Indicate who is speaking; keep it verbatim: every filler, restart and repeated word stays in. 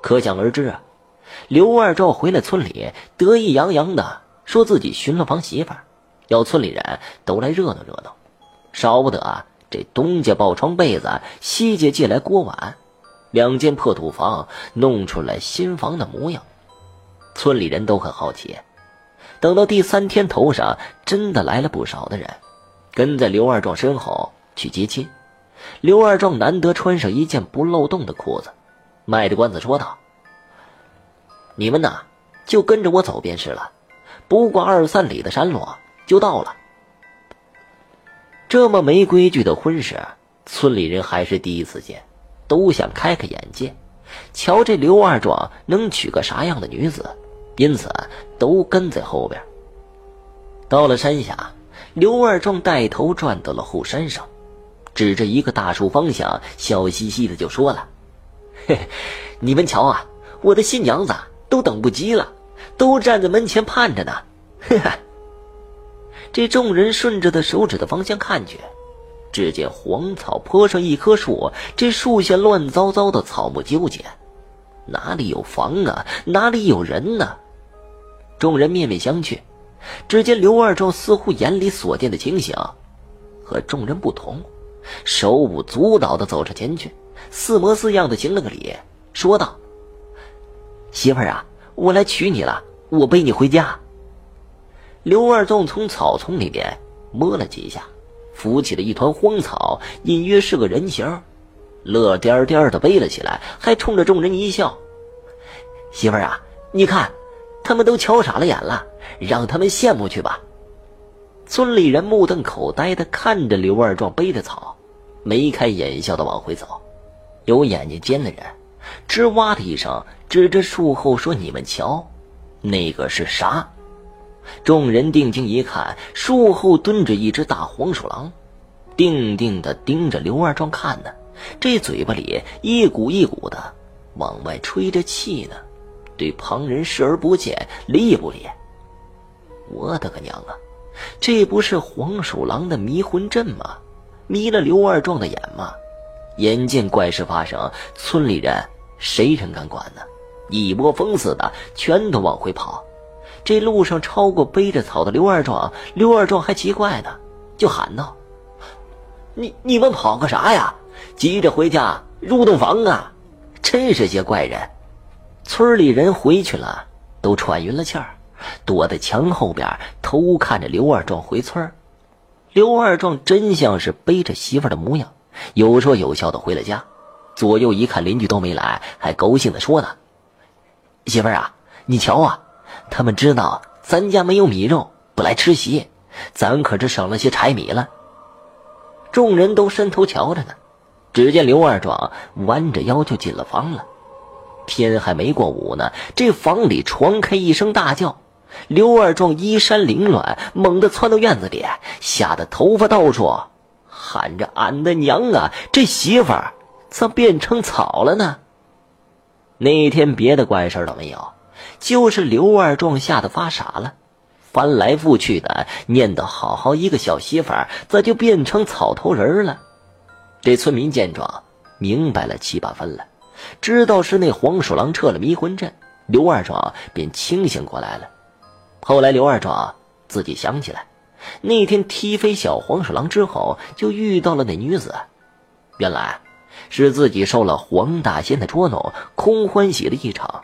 Speaker 1: 可想而知啊，刘二壮回了村里，得意洋洋的说自己寻了房媳妇儿，要村里人都来热闹热闹。少不得啊，这东家抱床被子，西家借来锅碗，两间破土房弄出来新房的模样。村里人都很好奇。等到第三天头上，真的来了不少的人，跟在刘二壮身后去接亲。刘二壮难得穿上一件不漏洞的裤子，卖着关子说道：“你们呐，就跟着我走便是了，不过二三里的山路就到了。”这么没规矩的婚事，村里人还是第一次见，都想开开眼界，瞧这刘二壮能娶个啥样的女子，因此都跟在后边。到了山下，刘二壮带头转到了后山上，指着一个大树方向，笑嘻嘻的就说了：“嘿嘿，你们瞧啊，我的新娘子都等不及了，都站在门前盼着呢。”嘿嘿。这众人顺着他手指的方向看去，只见黄草坡上一棵树，这树下乱糟糟的草木纠结，哪里有房啊，哪里有人呢？众人面面相觑，只见刘二壮似乎眼里所见的情形和众人不同，手舞足蹈地走上前去，似模似样地行了个礼，说道：“媳妇儿啊，我来娶你了，我背你回家。”刘二壮从草丛里面摸了几下，扶起了一团荒草，隐约是个人形，乐颠颠地背了起来，还冲着众人一笑：“媳妇儿啊，你看他们都瞧傻了眼了，让他们羡慕去吧。”村里人目瞪口呆地看着刘二壮背着草，眉开眼笑地往回走。有眼睛尖的人吱哇的一声指着树后说：“你们瞧，那个是啥？”众人定睛一看，树后蹲着一只大黄鼠狼，定定地盯着刘二壮看呢，这嘴巴里一股一股的往外吹着气呢，对旁人视而不见，理不理？我的个娘啊，这不是黄鼠狼的迷魂阵吗？迷了刘二壮的眼吗？眼见怪事发生，村里人谁人敢管呢？一窝蜂似的全都往回跑。这路上超过背着草的刘二壮，刘二壮还奇怪呢，就喊道：“你你们跑个啥呀？急着回家入洞房啊！真是些怪人！”村里人回去了，都喘匀了气儿，躲在墙后边偷看着刘二壮回村。刘二壮真像是背着媳妇的模样，有说有笑的回了家。左右一看邻居都没来，还高兴的说呢：“媳妇儿啊，你瞧啊，他们知道咱家没有米肉，不来吃席，咱可是省了些柴米了。”众人都伸头瞧着呢，只见刘二壮弯着腰就进了房了。天还没过午呢，这房里传开一声大叫，刘二壮衣衫凌乱，猛地窜到院子里，吓得头发倒竖，喊着：“俺的娘啊，这媳妇儿怎么变成草了呢？”那天别的怪事都没有，就是刘二壮吓得发傻了，翻来覆去的念叨好好一个小媳妇儿，咋就变成草头人了？这村民见状明白了七八分了，知道是那黄鼠狼撤了迷魂阵，刘二壮便清醒过来了。后来刘二壮自己想起来，那天踢飞小黄鼠狼之后，就遇到了那女子，原来是自己受了黄大仙的捉弄，空欢喜了一场。